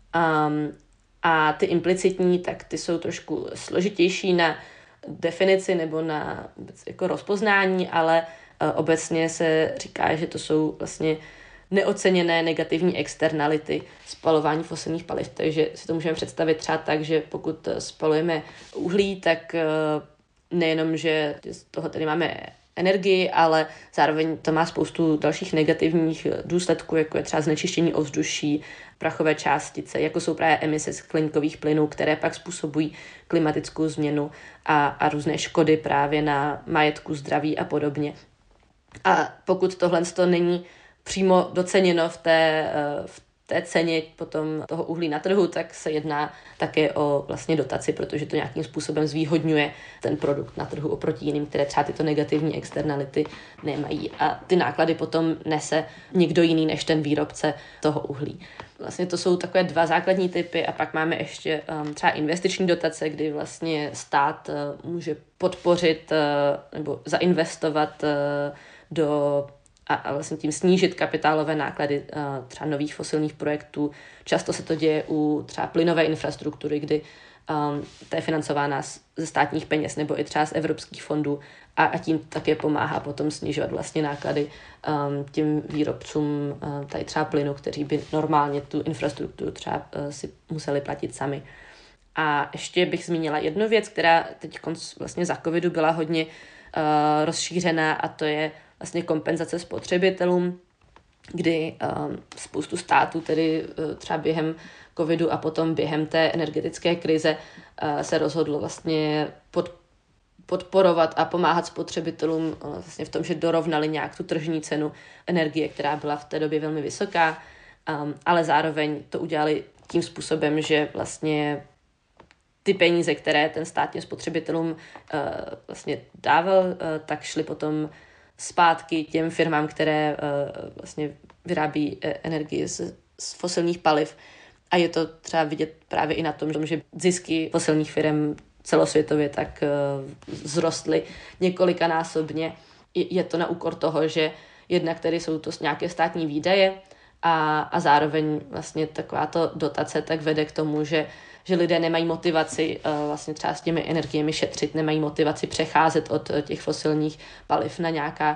A ty implicitní, tak ty jsou trošku složitější na definici nebo na jako rozpoznání, ale obecně se říká, že to jsou vlastně neoceněné negativní externality spalování fosilních paliv. Takže si to můžeme představit třeba tak, že pokud spalujeme uhlí, tak nejenom, že z toho tady máme energii, ale zároveň to má spoustu dalších negativních důsledků, jako je třeba znečištění ovzduší, prachové částice, jako jsou právě emise skleníkových plynů, které pak způsobují klimatickou změnu a různé škody právě na majetku, zdraví a podobně. A pokud tohle není přímo doceněno v té ceně potom toho uhlí na trhu, tak se jedná také o vlastně dotaci, protože to nějakým způsobem zvýhodňuje ten produkt na trhu oproti jiným, které třeba tyto negativní externality nemají. A ty náklady potom nese někdo jiný než ten výrobce toho uhlí. Vlastně to jsou takové dva základní typy a pak máme ještě třeba investiční dotace, kdy vlastně stát může podpořit nebo zainvestovat do a vlastně tím snížit kapitálové náklady třeba nových fosilních projektů. Často se to děje u třeba plynové infrastruktury, kdy ta je financována ze státních peněz nebo i třeba z evropských fondů a tím také pomáhá potom snižovat vlastně náklady těm výrobcům tady třeba plynu, kteří by normálně tu infrastrukturu třeba si museli platit sami. A ještě bych zmínila jednu věc, která teď vlastně za covidu byla hodně rozšířená, a to je vlastně kompenzace spotřebitelům, kdy spoustu států tedy třeba během covidu a potom během té energetické krize se rozhodlo vlastně podporovat a pomáhat spotřebitelům vlastně v tom, že dorovnali nějak tu tržní cenu energie, která byla v té době velmi vysoká, ale zároveň to udělali tím způsobem, že vlastně ty peníze, které ten stát těm spotřebitelům vlastně dával, tak šly potom zpátky těm firmám, které vlastně vyrábí energii z fosilních paliv. A je to třeba vidět právě i na tom, že zisky fosilních firm celosvětově tak vzrostly několikanásobně. Je to na úkor toho, že jednak tedy jsou to nějaké státní výdaje a zároveň vlastně takováto dotace tak vede k tomu, že lidé nemají motivaci vlastně třeba s těmi energiemi šetřit, nemají motivaci přecházet od těch fosilních paliv na nějaká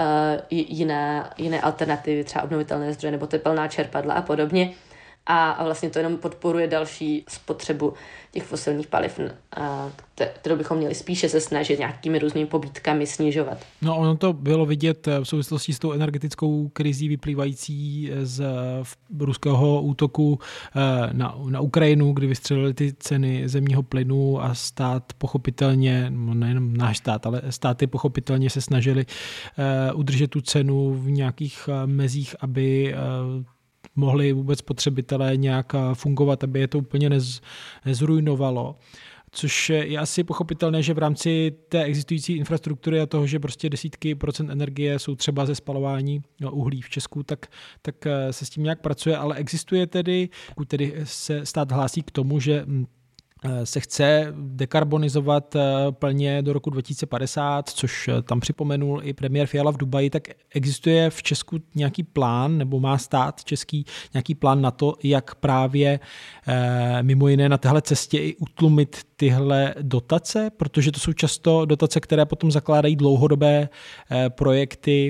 jiné alternativy, třeba obnovitelné zdroje nebo tepelná čerpadla a podobně. A vlastně to jenom podporuje další spotřebu těch fosilních paliv, kterou bychom měli spíše se snažit nějakými různými pobídkami snižovat. No, ono to bylo vidět v souvislosti s tou energetickou krizí vyplývající z ruského útoku na Ukrajinu, kdy vystřelili ty ceny zemního plynu a stát pochopitelně, nejenom náš stát, ale státy pochopitelně se snažili udržet tu cenu v nějakých mezích, aby mohli vůbec spotřebitelé nějak fungovat, aby je to úplně nezrujnovalo. Což je asi pochopitelné, že v rámci té existující infrastruktury a toho, že prostě desítky procent energie jsou třeba ze spalování uhlí v Česku, tak se s tím nějak pracuje, ale existuje tedy, pokud tedy se stát hlásí k tomu, že se chce dekarbonizovat plně do roku 2050, což tam připomenul i premiér Fiala v Dubaji, tak existuje v Česku nějaký plán, nebo má stát český nějaký plán na to, jak právě mimo jiné na téhle cestě i utlumit tyhle dotace, protože to jsou často dotace, které potom zakládají dlouhodobé projekty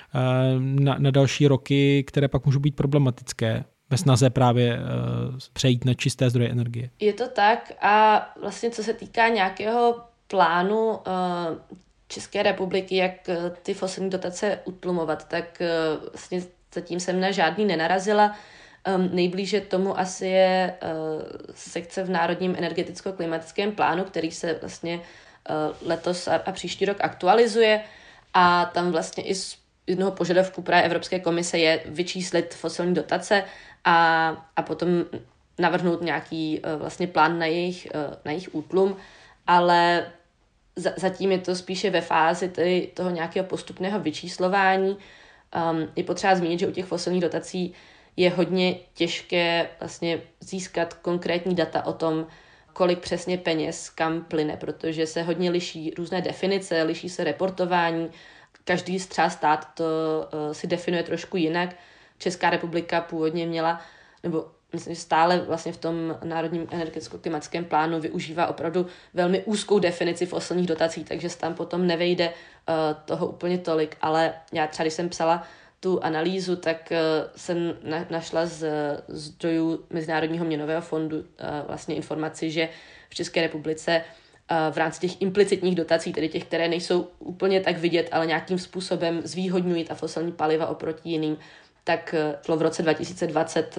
na další roky, které pak můžou být problematické ve snaze právě přejít na čisté zdroje energie. Je to tak a vlastně co se týká nějakého plánu České republiky, jak ty fosilní dotace utlumovat, tak vlastně zatím jsem na žádný nenarazila. Nejblíže tomu asi je sekce v Národním energeticko-klimatickém plánu, který se vlastně letos a příští rok aktualizuje a tam vlastně i z jednoho požadavku právě Evropské komise je vyčíslit fosilní dotace a potom navrhnout nějaký vlastně plán na jejich útlum, ale zatím je to spíše ve fázi toho nějakého postupného vyčíslování. Je potřeba zmínit, že u těch fosilních dotací je hodně těžké vlastně získat konkrétní data o tom, kolik přesně peněz kam plyne, protože se hodně liší různé definice, liší se reportování. Každý třeba stát to si definuje trošku jinak. Česká republika původně měla, nebo myslím, že stále vlastně v tom Národním energeticko-klimatickém plánu využívá opravdu velmi úzkou definici fosilních dotací, takže se tam potom nevejde toho úplně tolik, ale já třeba, když jsem psala tu analýzu, tak jsem našla z zdrojů Mezinárodního měnového fondu vlastně informaci, že v České republice v rámci těch implicitních dotací, tedy těch, které nejsou úplně tak vidět, ale nějakým způsobem zvýhodňují ta fosilní paliva oproti jiným, tak šlo v roce 2020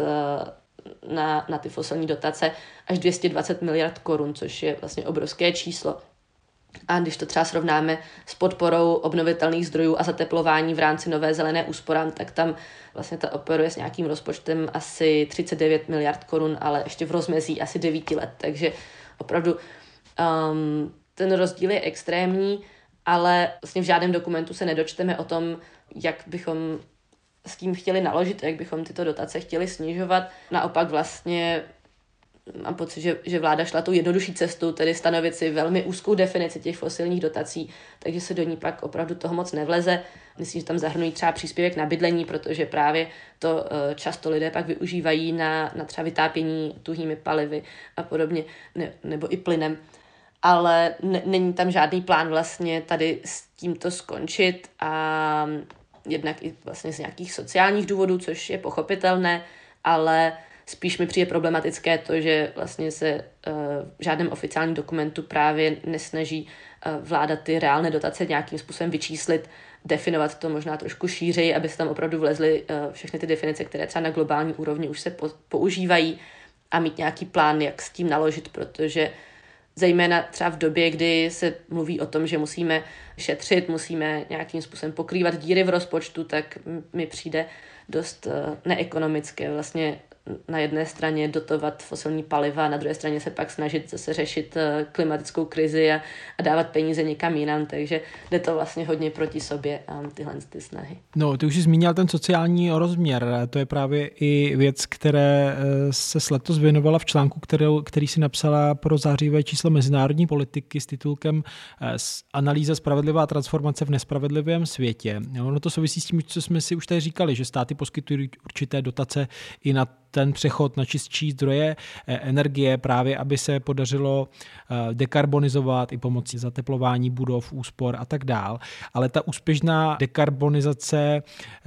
na ty fosilní dotace až 220 miliard korun, což je vlastně obrovské číslo. A když to třeba srovnáme s podporou obnovitelných zdrojů a zateplování v rámci nové zelené úsporám, tak tam vlastně ta operuje s nějakým rozpočtem asi 39 miliard korun, ale ještě v rozmezí asi 9 let. Takže opravdu ten rozdíl je extrémní, ale vlastně v žádném dokumentu se nedočteme o tom, jak bychom s tím chtěli naložit, jak bychom tyto dotace chtěli snižovat. Naopak vlastně mám pocit, že vláda šla tou jednodušší cestou, tedy stanovit si velmi úzkou definici těch fosilních dotací, takže se do ní pak opravdu toho moc nevleze. Myslím, že tam zahrnují třeba příspěvek na bydlení, protože právě to často lidé pak využívají na třeba vytápění tuhými palivy a podobně, nebo i plynem. Ale není tam žádný plán vlastně tady s tímto skončit a jednak i vlastně z nějakých sociálních důvodů, což je pochopitelné, ale spíš mi přijde problematické to, že vlastně se v žádném oficiálním dokumentu právě nesnaží vláda ty reálné dotace nějakým způsobem vyčíslit, definovat to možná trošku šířeji, aby se tam opravdu vlezly všechny ty definice, které třeba na globální úrovni už se používají a mít nějaký plán, jak s tím naložit, protože zejména třeba v době, kdy se mluví o tom, že musíme šetřit, musíme nějakým způsobem pokrývat díry v rozpočtu, tak mi přijde dost neekonomické vlastně na jedné straně dotovat fosilní paliva, na druhé straně se pak snažit zase řešit klimatickou krizi a dávat peníze někam jinam, takže jde to vlastně hodně proti sobě tyhle ty snahy. No, ty už jsi zmínil ten sociální rozměr, to je právě i věc, které se letos věnovala v článku, který si napsala pro zářivé číslo Mezinárodní politiky s titulkem Analýza spravedlivá transformace v nespravedlivém světě. Ono to souvisí s tím, co jsme si už tady říkali, že státy poskytují určité dotace i na ten přechod na čistší zdroje energie, právě aby se podařilo dekarbonizovat i pomocí zateplování budov, úspor a tak dál. Ale ta úspěšná dekarbonizace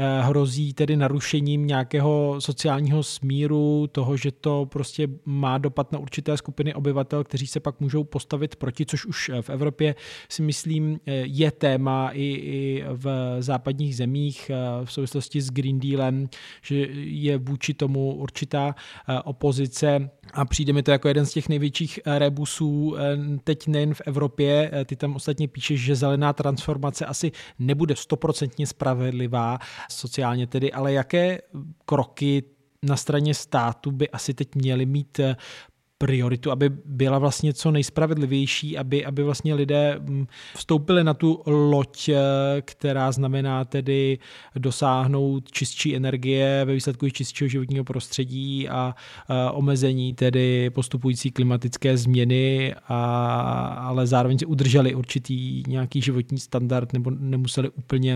hrozí tedy narušením nějakého sociálního smíru, toho, že to prostě má dopad na určité skupiny obyvatel, kteří se pak můžou postavit proti, což už v Evropě si myslím je téma i v západních zemích v souvislosti s Green Dealem, že je vůči tomu určitá opozice a přijde mi to jako jeden z těch největších rebusů teď nejen v Evropě. Ty tam ostatně píšeš, že zelená transformace asi nebude 100% spravedlivá sociálně tedy, ale jaké kroky na straně státu by asi teď měly mít prioritu, aby byla vlastně co nejspravedlivější, aby vlastně lidé vstoupili na tu loď, která znamená tedy dosáhnout čistší energie ve výsledku čistšího životního prostředí a omezení tedy postupující klimatické změny, ale zároveň si udrželi určitý nějaký životní standard nebo nemuseli úplně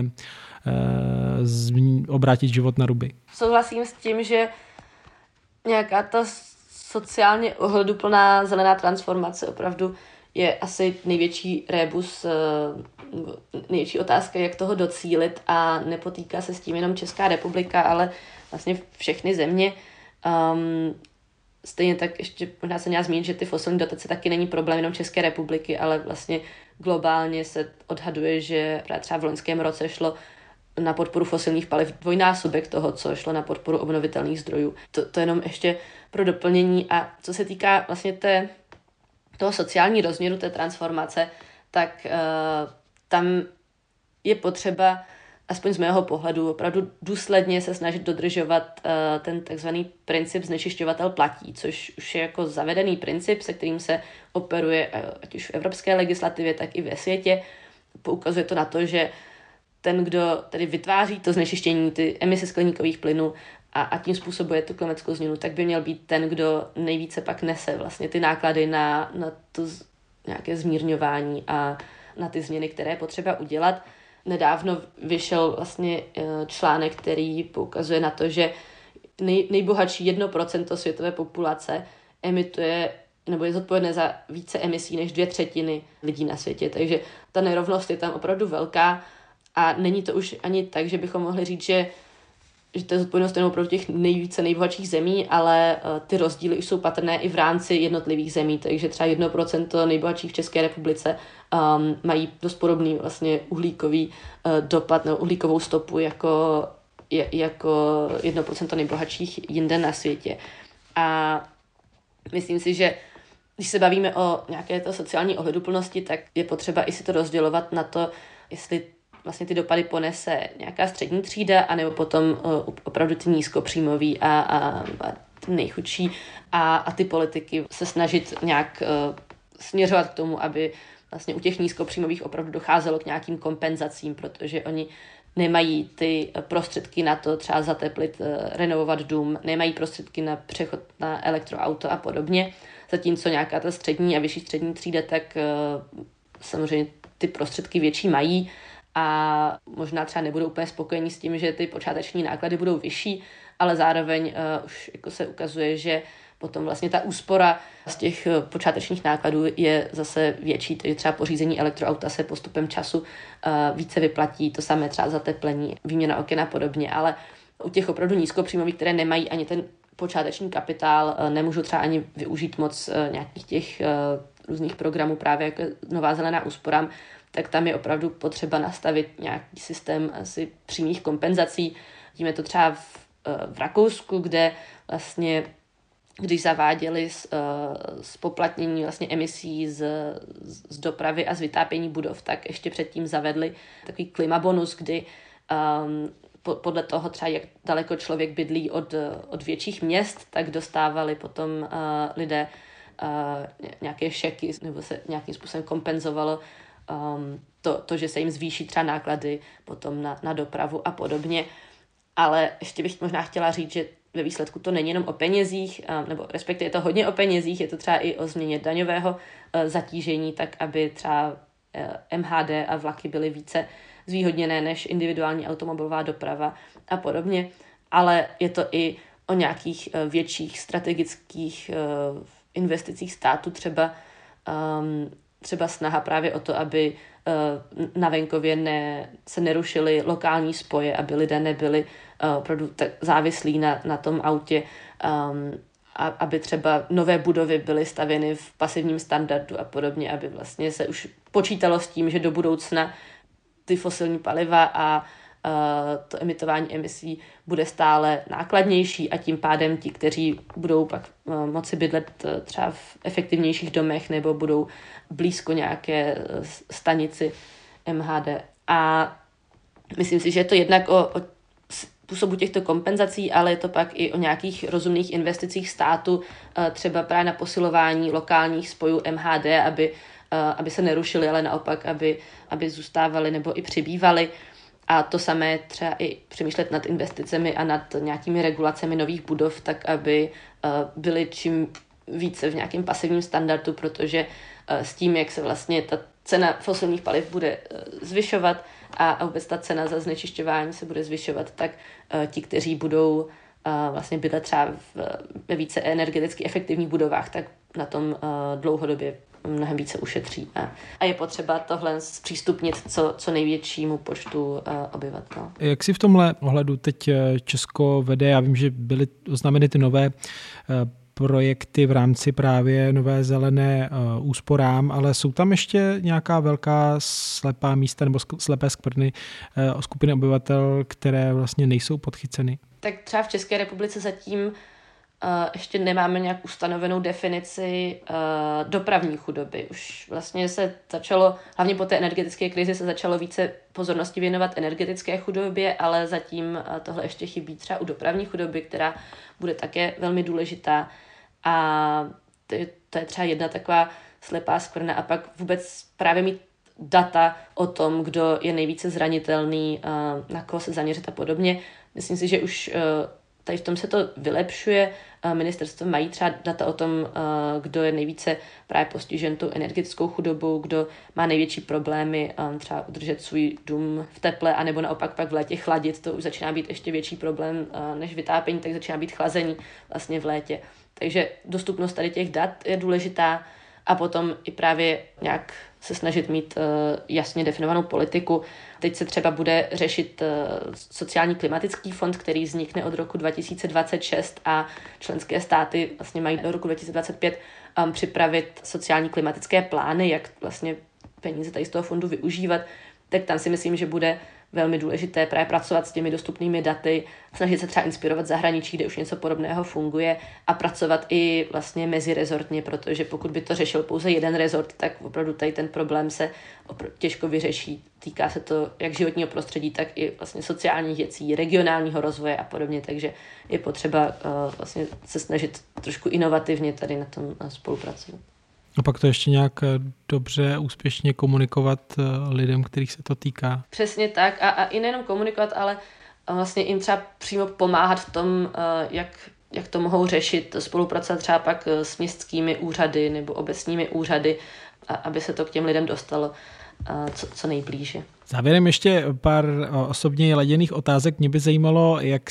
obrátit život na ruby. Souhlasím s tím, že nějaká ta sociálně ohleduplná zelená transformace opravdu je asi největší rébus, největší otázka, jak toho docílit a nepotýká se s tím jenom Česká republika, ale vlastně všechny země. Stejně tak ještě možná se měla zmínit, že ty fosilní dotace taky není problém jenom České republiky, ale vlastně globálně se odhaduje, že třeba v loňském roce šlo na podporu fosilních paliv dvojnásobek toho, co šlo na podporu obnovitelných zdrojů. To jenom ještě pro doplnění. A co se týká vlastně toho sociální rozměru té transformace, tak tam je potřeba, aspoň z mého pohledu, opravdu důsledně se snažit dodržovat ten takzvaný princip znečišťovatel platí, což už je jako zavedený princip, se kterým se operuje ať už v evropské legislativě, tak i ve světě. Poukazuje to na to, že ten, kdo tedy vytváří to znečištění, ty emise skleníkových plynů a tím způsobuje tu klimatickou změnu, tak by měl být ten, kdo nejvíce pak nese vlastně ty náklady na to nějaké zmírňování a na ty změny, které je potřeba udělat. Nedávno vyšel vlastně článek, který poukazuje na to, že nejbohatší 1% světové populace emituje nebo je zodpovědné za více emisí než 2/3 lidí na světě. Takže ta nerovnost je tam opravdu velká. A není to už ani tak, že bychom mohli říct, že to je zodpovědnost jenom pro těch nejbohatších zemí, ale ty rozdíly už jsou patrné i v rámci jednotlivých zemí, takže třeba 1% nejbohatších v České republice mají dost podobný vlastně uhlíkový dopad nebo uhlíkovou stopu jako 1% nejbohatších jinde na světě. A myslím si, že když se bavíme o nějaké to sociální ohleduplnosti, tak je potřeba i si to rozdělovat na to, jestli vlastně ty dopady ponese nějaká střední třída, anebo potom opravdu ty nízkopříjmoví a nejchudší a ty politiky se snažit nějak směřovat k tomu, aby vlastně u těch nízkopříjmových opravdu docházelo k nějakým kompenzacím, protože oni nemají ty prostředky na to třeba zateplit, renovovat dům, nemají prostředky na přechod na elektroauto a podobně, zatímco nějaká ta střední a vyšší střední třída, tak samozřejmě ty prostředky větší mají a možná třeba nebudou úplně spokojení s tím, že ty počáteční náklady budou vyšší, ale zároveň už jako se ukazuje, že potom vlastně ta úspora z těch počátečních nákladů je zase větší, takže třeba pořízení elektroauta se postupem času více vyplatí, to samé třeba zateplení, výměna oken a podobně, ale u těch opravdu nízkopříjmových, které nemají ani ten počáteční kapitál, nemůžu třeba ani využít moc nějakých těch různých programů, právě jako Nová zelená úsporám, tak tam je opravdu potřeba nastavit nějaký systém asi přímých kompenzací. Vidíme to třeba v Rakousku, kde vlastně když zaváděli zpoplatnění vlastně emisí z dopravy a z vytápění budov, tak ještě předtím zavedli takový klimabonus, kdy podle toho třeba, jak daleko člověk bydlí od větších měst, tak dostávali potom lidé nějaké šeky, nebo se nějakým způsobem kompenzovalo to, že se jim zvýší třeba náklady potom na dopravu a podobně. Ale ještě bych možná chtěla říct, že ve výsledku to není jenom o penězích, nebo respektive je to hodně o penězích, je to třeba i o změně daňového zatížení, tak aby třeba MHD a vlaky byly více zvýhodněné než individuální automobilová doprava a podobně. Ale je to i o nějakých větších strategických investicích státu, třeba snaha právě o to, aby na venkově se nerušily lokální spoje, aby lidé nebyli opravdu tak závislí na tom autě, aby třeba nové budovy byly stavěny v pasivním standardu a podobně, aby vlastně se už počítalo s tím, že do budoucna ty fosilní paliva a to emitování emisí bude stále nákladnější a tím pádem ti, kteří budou pak moci bydlet třeba v efektivnějších domech nebo budou blízko nějaké stanici MHD. A myslím si, že je to jednak o způsobu těchto kompenzací, ale je to pak i o nějakých rozumných investicích státu, třeba právě na posilování lokálních spojů MHD, aby se nerušily, ale naopak, aby zůstávaly nebo i přibývaly. A to samé třeba i přemýšlet nad investicemi a nad nějakými regulacemi nových budov, tak aby byly čím více v nějakém pasivním standardu, protože s tím, jak se vlastně ta cena fosilních paliv bude zvyšovat a vůbec ta cena za znečišťování se bude zvyšovat, tak ti, kteří budou vlastně bydlet třeba ve více energeticky efektivních budovách, tak na tom dlouhodobě mnohem více ušetří. A je potřeba tohle zpřístupnit co největšímu počtu obyvatel. Jak si v tomhle ohledu teď Česko vede? Já vím, že byly oznámeny ty nové projekty v rámci právě Nové zelené úsporám, ale jsou tam ještě nějaká velká slepá místa nebo slepé skvrny skupiny obyvatel, které vlastně nejsou podchyceny? Tak třeba v České republice zatím ještě nemáme nějak ustanovenou definici dopravní chudoby. Už vlastně se začalo, hlavně po té energetické krizi, se začalo více pozornosti věnovat energetické chudobě, ale zatím tohle ještě chybí třeba u dopravní chudoby, která bude také velmi důležitá. A to je třeba jedna taková slepá skvrna a pak vůbec právě mít data o tom, kdo je nejvíce zranitelný, na koho se zaměřit a podobně. Myslím si, že už tady v tom se to vylepšuje. Ministerstvo mají třeba data o tom, kdo je nejvíce právě postižen tou energetickou chudobou, kdo má největší problémy třeba udržet svůj dům v teple, anebo naopak pak v létě chladit. To už začíná být ještě větší problém než vytápění, tak začíná být chlazení vlastně v létě. Takže dostupnost tady těch dat je důležitá a potom i právě nějak se snažit mít jasně definovanou politiku. Teď se třeba bude řešit sociální klimatický fond, který vznikne od roku 2026 a členské státy vlastně mají do roku 2025 připravit sociální klimatické plány, jak vlastně peníze tady z toho fondu využívat. Tak tam si myslím, že bude velmi důležité právě pracovat s těmi dostupnými daty, snažit se třeba inspirovat zahraničí, kde už něco podobného funguje a pracovat i vlastně mezirezortně, protože pokud by to řešil pouze jeden rezort, tak opravdu tady ten problém se těžko vyřeší. Týká se to jak životního prostředí, tak i vlastně sociálních věcí, regionálního rozvoje a podobně, takže je potřeba vlastně se snažit trošku inovativně tady na tom spolupracovat. A pak to ještě nějak dobře, úspěšně komunikovat lidem, kterých se to týká. Přesně tak a i nejenom komunikovat, ale vlastně jim třeba přímo pomáhat v tom, jak to mohou řešit, spolupracovat třeba pak s městskými úřady nebo obecními úřady, aby se to k těm lidem dostalo co nejblíže. Závěrem ještě pár osobně laděných otázek. Mě by zajímalo, jak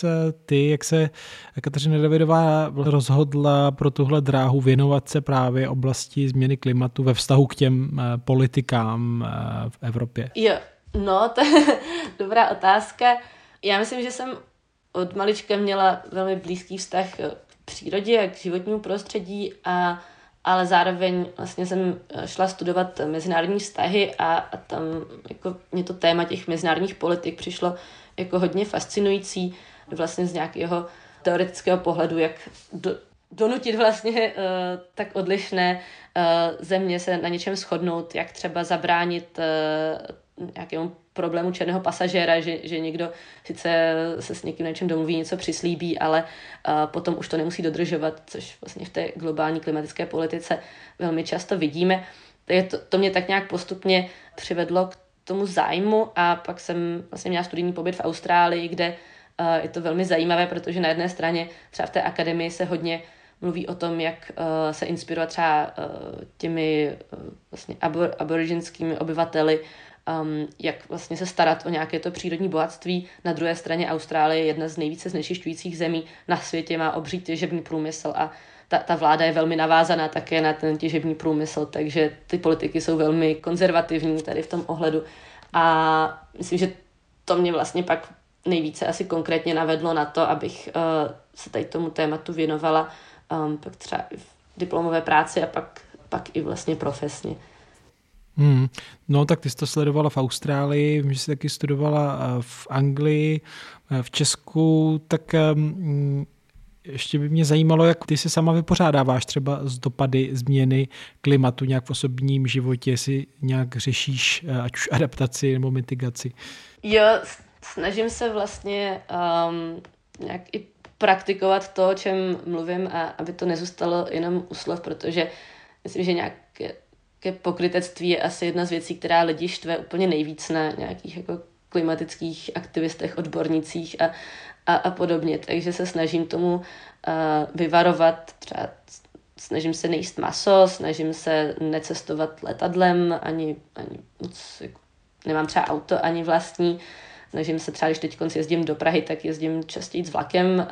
se Kateřina Davidová rozhodla pro tuhle dráhu věnovat se právě oblasti změny klimatu ve vztahu k těm politikám v Evropě. Jo, no, to je dobrá otázka. Já myslím, že jsem od malička měla velmi blízký vztah k přírodě a k životnímu prostředí, ale zároveň vlastně jsem šla studovat mezinárodní vztahy a tam jako mě to téma těch mezinárodních politik přišlo jako hodně fascinující vlastně z nějakého teoretického pohledu, jak donutit vlastně tak odlišné země se na něčem shodnout, jak třeba zabránit nějakému problému černého pasažéra, že někdo sice se s někým na něčem domluví, něco přislíbí, ale potom už to nemusí dodržovat, což vlastně v té globální klimatické politice velmi často vidíme. To mě tak nějak postupně přivedlo k tomu zájmu a pak jsem vlastně měla studijní pobyt v Austrálii, kde je to velmi zajímavé, protože na jedné straně třeba v té akademii se hodně mluví o tom, jak se inspirovat třeba těmi vlastně aboriginskými obyvateli, jak vlastně se starat o nějaké to přírodní bohatství. Na druhé straně Austrálie je jedna z nejvíce znečišťujících zemí na světě, má obří těžební průmysl a ta vláda je velmi navázaná také na ten těžební průmysl, takže ty politiky jsou velmi konzervativní tady v tom ohledu. A myslím, že to mě vlastně pak nejvíce asi konkrétně navedlo na to, abych se tady tomu tématu věnovala pak třeba i v diplomové práci a pak i vlastně profesně. No tak ty jsi to sledovala v Austrálii, že jsi taky studovala v Anglii, v Česku, tak ještě by mě zajímalo, jak ty se sama vypořádáváš třeba z dopady změny klimatu nějak v osobním životě, jestli nějak řešíš ať už adaptaci nebo mitigaci. Jo, snažím se vlastně nějak i praktikovat to, o čem mluvím, a aby to nezůstalo jenom u slov, protože myslím, že nějaké pokrytectví je asi jedna z věcí, která lidi štve úplně nejvíc na nějakých jako klimatických aktivistech, odbornicích a podobně. Takže se snažím tomu vyvarovat. Třeba snažím se nejíst maso, snažím se necestovat letadlem, ani moc, jako, nemám třeba auto ani vlastní. Snažím se třeba, když teď jezdím do Prahy, tak jezdím častěji s vlakem,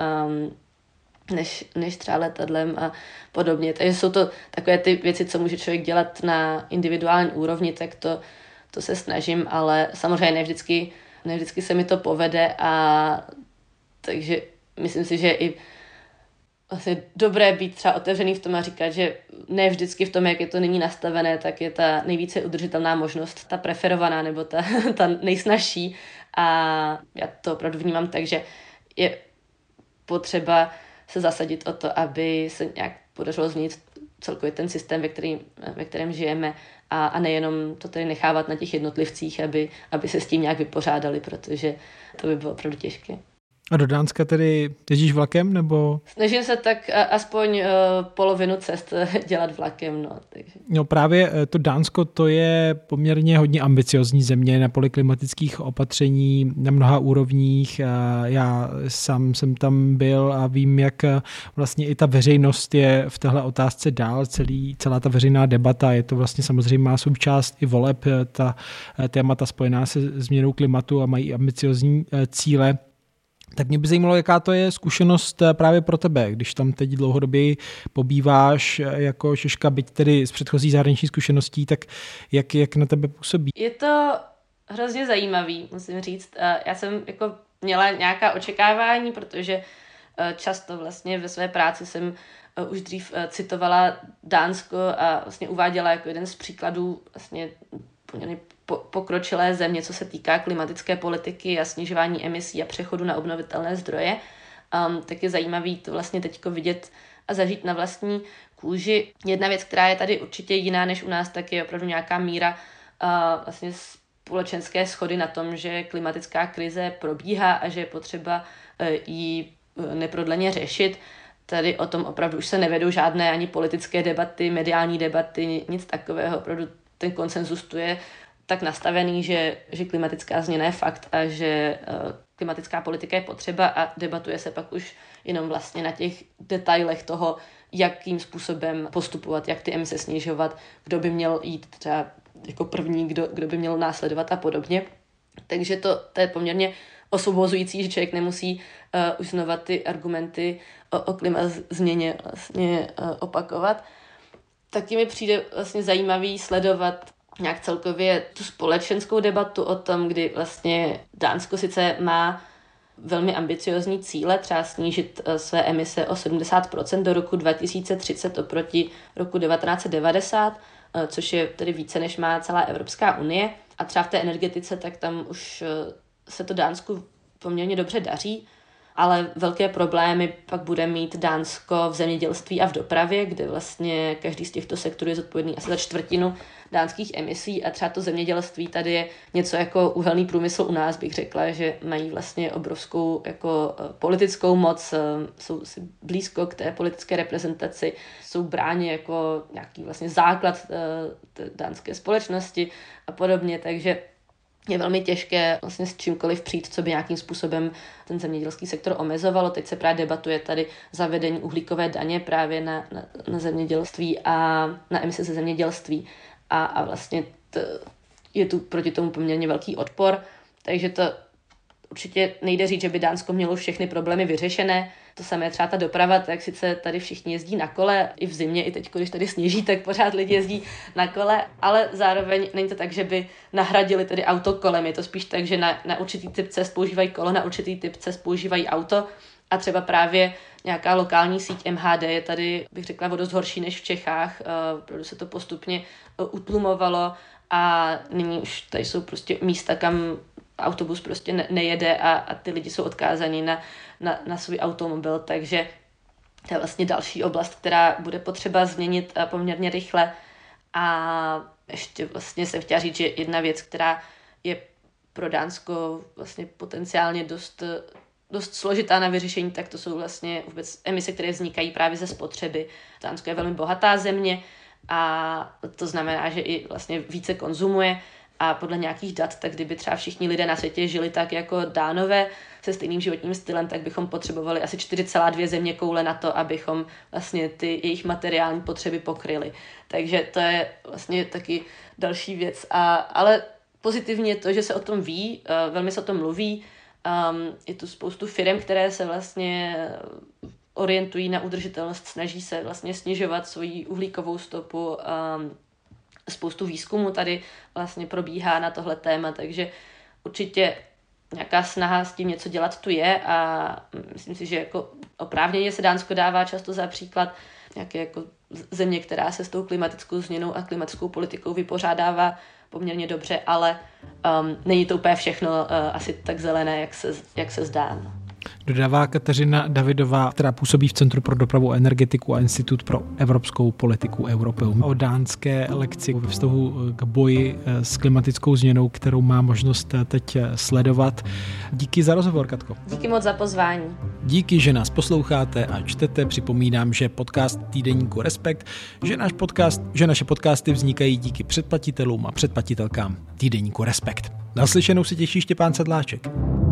než třeba letadlem a podobně. Takže jsou to takové ty věci, co může člověk dělat na individuální úrovni, tak to se snažím, ale samozřejmě ne vždycky se mi to povede, a takže myslím si, že je i vlastně dobré být třeba otevřený v tom a říkat, že ne vždycky v tom, jak je to nyní nastavené, tak je ta nejvíce udržitelná možnost, ta preferovaná nebo ta nejsnažší, a já to opravdu vnímám tak, že je potřeba se zasadit o to, aby se nějak podařilo změnit celkově ten systém, ve kterém žijeme, a nejenom to tady nechávat na těch jednotlivcích, aby se s tím nějak vypořádali, protože to by bylo opravdu těžké. A do Dánska tedy jezdíš vlakem, nebo? Snažím se tak aspoň polovinu cest dělat vlakem, no. Takže. No právě to Dánsko, to je poměrně hodně ambiciozní země na poli klimatických opatření na mnoha úrovních. Já sám jsem tam byl a vím, jak vlastně i ta veřejnost je v téhle otázce dál, celá ta veřejná debata, je to vlastně samozřejmě má součást i voleb, ta témata spojená se změnou klimatu a mají ambiciozní cíle. Tak mě by zajímalo, jaká to je zkušenost právě pro tebe, když tam teď dlouhodobě pobýváš jako Češka, byť tedy z předchozí zahraniční zkušeností, tak jak na tebe působí? Je to hrozně zajímavý, musím říct. Já jsem jako měla nějaká očekávání, protože často vlastně ve své práci jsem už dřív citovala Dánsko a vlastně uváděla jako jeden z příkladů vlastně poměrně pokročilé země, co se týká klimatické politiky a snižování emisí a přechodu na obnovitelné zdroje, tak je zajímavý to vlastně teďko vidět a zažít na vlastní kůži. Jedna věc, která je tady určitě jiná než u nás, tak je opravdu nějaká míra vlastně společenské shody na tom, že klimatická krize probíhá a že je potřeba ji neprodleně řešit. Tady o tom opravdu už se nevedou žádné ani politické debaty, mediální debaty, nic takového. Opravdu ten konsenzus tu je tak nastavený, že klimatická změna je fakt a že klimatická politika je potřeba a debatuje se pak už jenom vlastně na těch detailech toho, jakým způsobem postupovat, jak ty emise snižovat, kdo by měl jít třeba jako první, kdo by měl následovat a podobně. Takže to je poměrně osvobozující, že člověk nemusí už znova ty argumenty o klimazměně vlastně opakovat. Taky mi přijde vlastně zajímavý sledovat nějak celkově tu společenskou debatu o tom, kdy vlastně Dánsko sice má velmi ambiciozní cíle, třeba snížit své emise o 70% do roku 2030 oproti roku 1990, což je tedy více, než má celá Evropská unie. A třeba v té energetice, tak tam už se to Dánsku poměrně dobře daří, ale velké problémy pak bude mít Dánsko v zemědělství a v dopravě, kde vlastně každý z těchto sektorů je zodpovědný asi za 1/4 dánských emisí a třeba to zemědělství tady je něco jako uhelný průmysl u nás, bych řekla, že mají vlastně obrovskou jako politickou moc, jsou si blízko k té politické reprezentaci, jsou bráni jako nějaký vlastně základ dánské společnosti a podobně, takže je velmi těžké vlastně s čímkoliv přijít, co by nějakým způsobem ten zemědělský sektor omezovalo. Teď se právě debatuje tady zavedení uhlíkové daně právě na zemědělství a na emise ze zemědělství. A vlastně je tu proti tomu poměrně velký odpor, takže to určitě nejde říct, že by Dánsko mělo všechny problémy vyřešené. To samé třeba ta doprava, tak sice tady všichni jezdí na kole, i v zimě, i teď, když tady sněží, tak pořád lidi jezdí na kole, ale zároveň není to tak, že by nahradili tedy auto kolem. Je to spíš tak, že na určitý typ cest používají kolo, na určitý typ cest používají auto a třeba právě nějaká lokální síť MHD je tady, bych řekla, o dost horší než v Čechách, protože se to postupně utlumovalo a nyní už tady jsou prostě místa, kam autobus prostě nejede a ty lidi jsou odkázaní na svůj automobil, takže to je vlastně další oblast, která bude potřeba změnit poměrně rychle. A ještě vlastně jsem chtěla říct, že jedna věc, která je pro Dánsko vlastně potenciálně dost složitá na vyřešení, tak to jsou vlastně vůbec emise, které vznikají právě ze spotřeby. Dánsko je velmi bohatá země a to znamená, že i vlastně více konzumuje. A podle nějakých dat, tak kdyby třeba všichni lidé na světě žili tak jako Dánové se stejným životním stylem, tak bychom potřebovali asi 4,2 zeměkoule na to, abychom vlastně ty jejich materiální potřeby pokryli. Takže to je vlastně taky další věc. Ale pozitivně je to, že se o tom ví, velmi se o tom mluví. Je tu spoustu firm, které se vlastně orientují na udržitelnost, snaží se vlastně snižovat svoji uhlíkovou stopu. Spoustu výzkumu tady vlastně probíhá na tohle téma, takže určitě nějaká snaha s tím něco dělat tu je a myslím si, že jako oprávněně se Dánsko dává často za příklad nějaké jako země, která se s tou klimatickou změnou a klimatickou politikou vypořádává poměrně dobře, ale není to úplně všechno asi tak zelené, jak se zdá. Dodává Kateřina Davidová, která působí v Centru pro dopravu a energetiku a Institut pro evropskou politiku Europeum. O dánské lekci ve vztahu k boji s klimatickou změnou, kterou má možnost teď sledovat. Díky za rozhovor, Katko. Díky moc za pozvání. Díky, že nás posloucháte a čtete. Připomínám, že podcast týdeníku Respekt, že naše podcasty vznikají díky předplatitelům a předplatitelkám týdeníku Respekt. Naslyšenou se těší Štěpán Sedláček.